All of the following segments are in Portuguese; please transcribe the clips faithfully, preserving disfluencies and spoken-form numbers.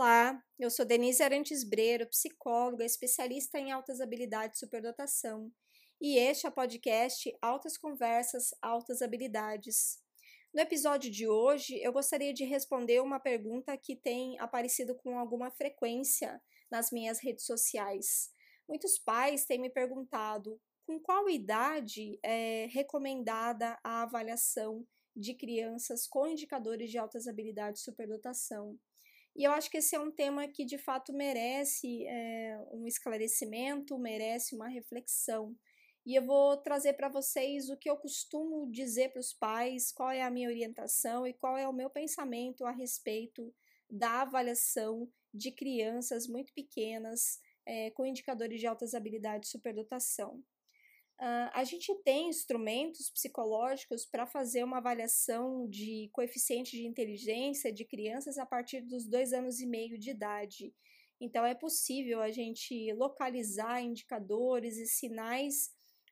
Olá, eu sou Denise Arantes Breiro, psicóloga, especialista em altas habilidades e superdotação, e este é o podcast Altas Conversas, Altas Habilidades. No episódio de hoje, eu gostaria de responder uma pergunta que tem aparecido com alguma frequência nas minhas redes sociais. Muitos pais têm me perguntado com qual idade é recomendada a avaliação de crianças com indicadores de altas habilidades e superdotação. E eu acho que esse é um tema que de fato merece é, um esclarecimento, merece uma reflexão. E eu vou trazer para vocês o que eu costumo dizer para os pais, qual é a minha orientação e qual é o meu pensamento a respeito da avaliação de crianças muito pequenas é, com indicadores de altas habilidades e superdotação. Uh, a gente tem instrumentos psicológicos para fazer uma avaliação de coeficiente de inteligência de crianças a partir dos dois anos e meio de idade. Então, é possível a gente localizar indicadores e sinais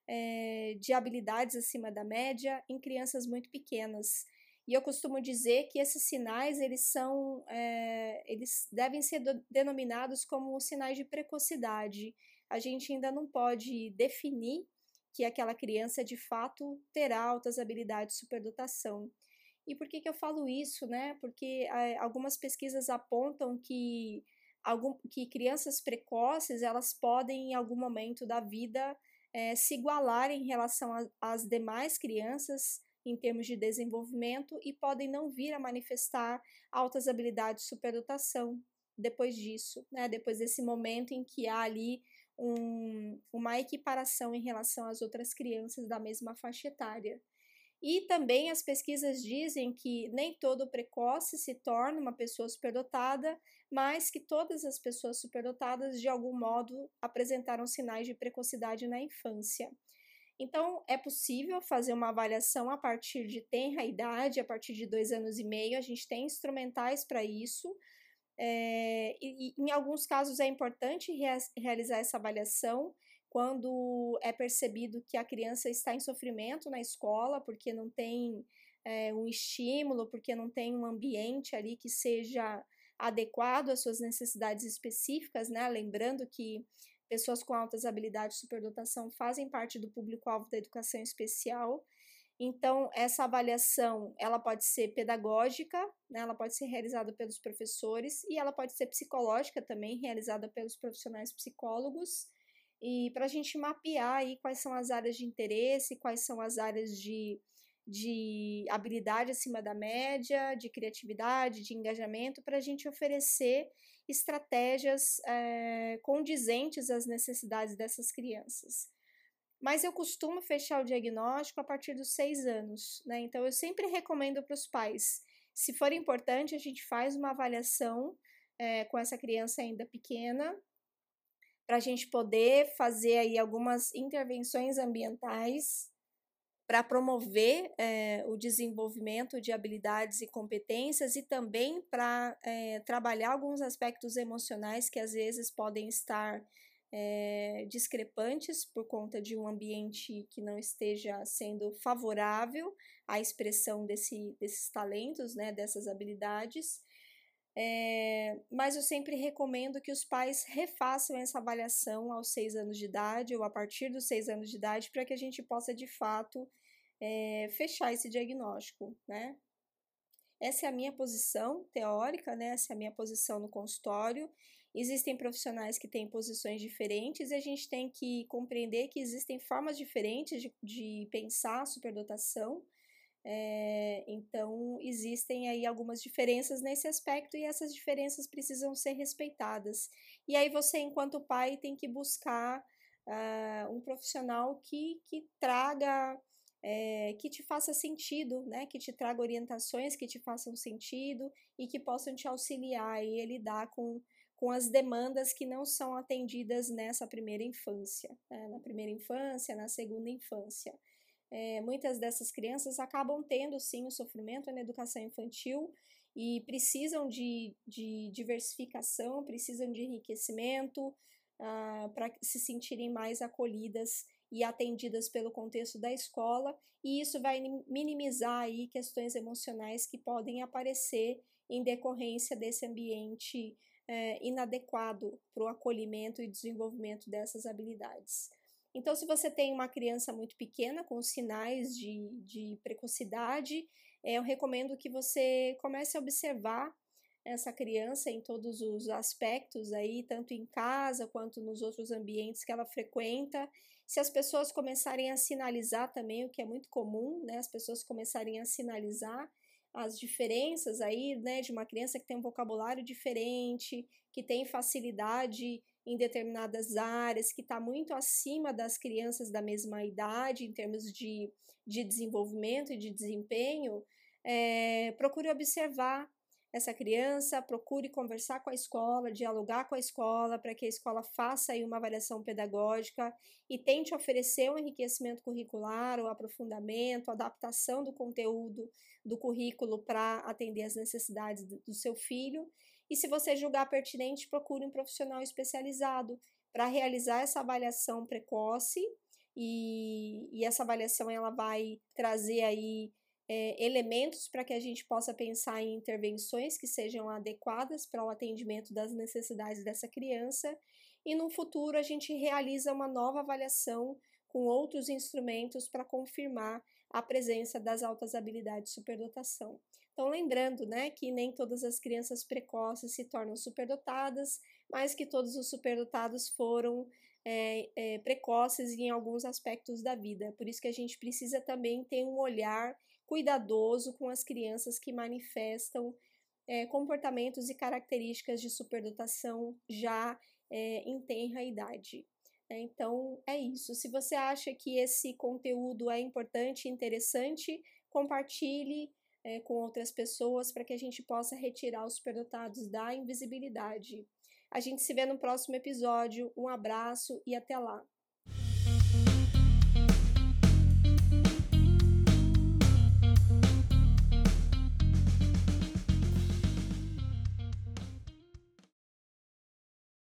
é, de habilidades acima da média em crianças muito pequenas. E eu costumo dizer que esses sinais, eles são, é, eles devem ser do, denominados como sinais de precocidade. A gente ainda não pode definir que aquela criança de fato terá altas habilidades de superdotação. E por que que eu falo isso, né? Porque é, algumas pesquisas apontam que, algum, que crianças precoces, elas podem em algum momento da vida é, se igualar em relação às demais crianças em termos de desenvolvimento e podem não vir a manifestar altas habilidades de superdotação depois disso, né? Depois desse momento em que há ali Um, uma equiparação em relação às outras crianças da mesma faixa etária. E também as pesquisas dizem que nem todo precoce se torna uma pessoa superdotada, mas que todas as pessoas superdotadas de algum modo apresentaram sinais de precocidade na infância. Então, é possível fazer uma avaliação a partir de tenra idade, a partir de dois anos e meio, a gente tem instrumentais para isso. É, e, e em alguns casos é importante rea realizar essa avaliação quando é percebido que a criança está em sofrimento na escola, porque não tem é, um estímulo, porque não tem um ambiente ali que seja adequado às suas necessidades específicas, né? Lembrando que pessoas com altas habilidades de superdotação fazem parte do público-alvo da educação especial. Então, essa avaliação, ela pode ser pedagógica, né, ela pode ser realizada pelos professores e ela pode ser psicológica também, realizada pelos profissionais psicólogos, e para a gente mapear aí quais são as áreas de interesse, quais são as áreas de, de habilidade acima da média, de criatividade, de engajamento, para a gente oferecer estratégias é, condizentes às necessidades dessas crianças. Mas eu costumo fechar o diagnóstico a partir dos seis anos, né? Então, eu sempre recomendo para os pais, se for importante, a gente faz uma avaliação é, com essa criança ainda pequena, para a gente poder fazer aí algumas intervenções ambientais para promover é, o desenvolvimento de habilidades e competências e também para é, trabalhar alguns aspectos emocionais que às vezes podem estar É, discrepantes por conta de um ambiente que não esteja sendo favorável à expressão desse, desses talentos, né, dessas habilidades. É, mas eu sempre recomendo que os pais refaçam essa avaliação aos seis anos de idade ou a partir dos seis anos de idade para que a gente possa, de fato, é, fechar esse diagnóstico, né? Essa é a minha posição teórica, né? Essa é a minha posição no consultório. Existem profissionais que têm posições diferentes e a gente tem que compreender que existem formas diferentes de, de pensar a superdotação. É, então, existem aí algumas diferenças nesse aspecto e essas diferenças precisam ser respeitadas. E aí você, enquanto pai, tem que buscar uh, um profissional que, que traga... É, que te faça sentido, né? Que te traga orientações que te façam sentido e que possam te auxiliar aí a lidar com, com as demandas que não são atendidas nessa primeira infância, né? Na primeira infância, na segunda infância. É, muitas dessas crianças acabam tendo, sim, o sofrimento na educação infantil e precisam de, de diversificação, precisam de enriquecimento ah, para se sentirem mais acolhidas e atendidas pelo contexto da escola, e isso vai minimizar aí questões emocionais que podem aparecer em decorrência desse ambiente é, inadequado para o acolhimento e desenvolvimento dessas habilidades. Então, se você tem uma criança muito pequena, com sinais de, de precocidade, é, eu recomendo que você comece a observar essa criança em todos os aspectos aí, tanto em casa quanto nos outros ambientes que ela frequenta. Se as pessoas começarem a sinalizar também, o que é muito comum, né, as pessoas começarem a sinalizar as diferenças aí, né, de uma criança que tem um vocabulário diferente, que tem facilidade em determinadas áreas, que está muito acima das crianças da mesma idade em termos de, de desenvolvimento e de desempenho, é, procure observar essa criança, procure conversar com a escola, dialogar com a escola, para que a escola faça aí uma avaliação pedagógica e tente oferecer um enriquecimento curricular, o aprofundamento, a adaptação do conteúdo do currículo para atender às necessidades do seu filho. E se você julgar pertinente, procure um profissional especializado para realizar essa avaliação precoce e, e essa avaliação ela vai trazer aí é, elementos para que a gente possa pensar em intervenções que sejam adequadas para o atendimento das necessidades dessa criança e no futuro a gente realiza uma nova avaliação com outros instrumentos para confirmar a presença das altas habilidades de superdotação. Então, lembrando, né, que nem todas as crianças precoces se tornam superdotadas, mas que todos os superdotados foram é, é, precoces em alguns aspectos da vida. Por isso que a gente precisa também ter um olhar cuidadoso com as crianças que manifestam é, comportamentos e características de superdotação já é, em tenra idade. Então, é isso. Se você acha que esse conteúdo é importante e interessante, compartilhe É, com outras pessoas para que a gente possa retirar os superdotados da invisibilidade. A gente se vê no próximo episódio. Um abraço e até lá!